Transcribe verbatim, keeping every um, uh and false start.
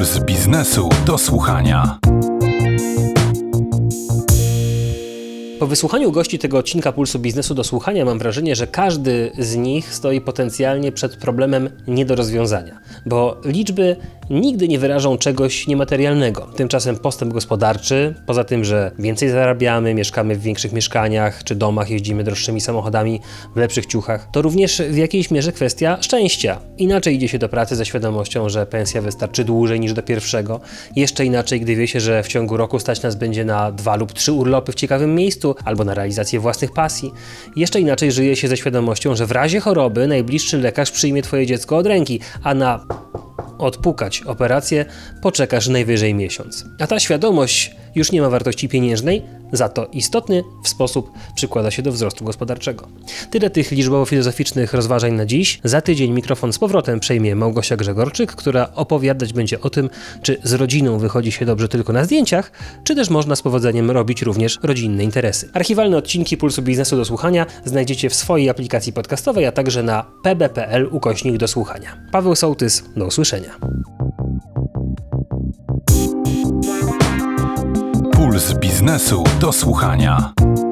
Puls biznesu do słuchania. Po wysłuchaniu gości tego odcinka Pulsu Biznesu do słuchania mam wrażenie, że każdy z nich stoi potencjalnie przed problemem nie do rozwiązania, bo liczby nigdy nie wyrażą czegoś niematerialnego. Tymczasem postęp gospodarczy, poza tym, że więcej zarabiamy, mieszkamy w większych mieszkaniach czy domach, jeździmy droższymi samochodami, w lepszych ciuchach, to również w jakiejś mierze kwestia szczęścia. Inaczej idzie się do pracy ze świadomością, że pensja wystarczy dłużej niż do pierwszego. Jeszcze inaczej, gdy wie się, że w ciągu roku stać nas będzie na dwa lub trzy urlopy w ciekawym miejscu, albo na realizację własnych pasji. Jeszcze inaczej żyje się ze świadomością, że w razie choroby najbliższy lekarz przyjmie twoje dziecko od ręki, a na odpukać operację poczekasz najwyżej miesiąc. A ta świadomość już nie ma wartości pieniężnej, za to istotny w sposób przykłada się do wzrostu gospodarczego. Tyle tych liczbowo-filozoficznych rozważań na dziś. Za tydzień mikrofon z powrotem przejmie Małgosia Grzegorczyk, która opowiadać będzie o tym, czy z rodziną wychodzi się dobrze tylko na zdjęciach, czy też można z powodzeniem robić również rodzinne interesy. Archiwalne odcinki Pulsu Biznesu do słuchania znajdziecie w swojej aplikacji podcastowej, a także na pb.pl ukośnik do słuchania. Paweł Sołtys, do usłyszenia. Puls biznesu do słuchania.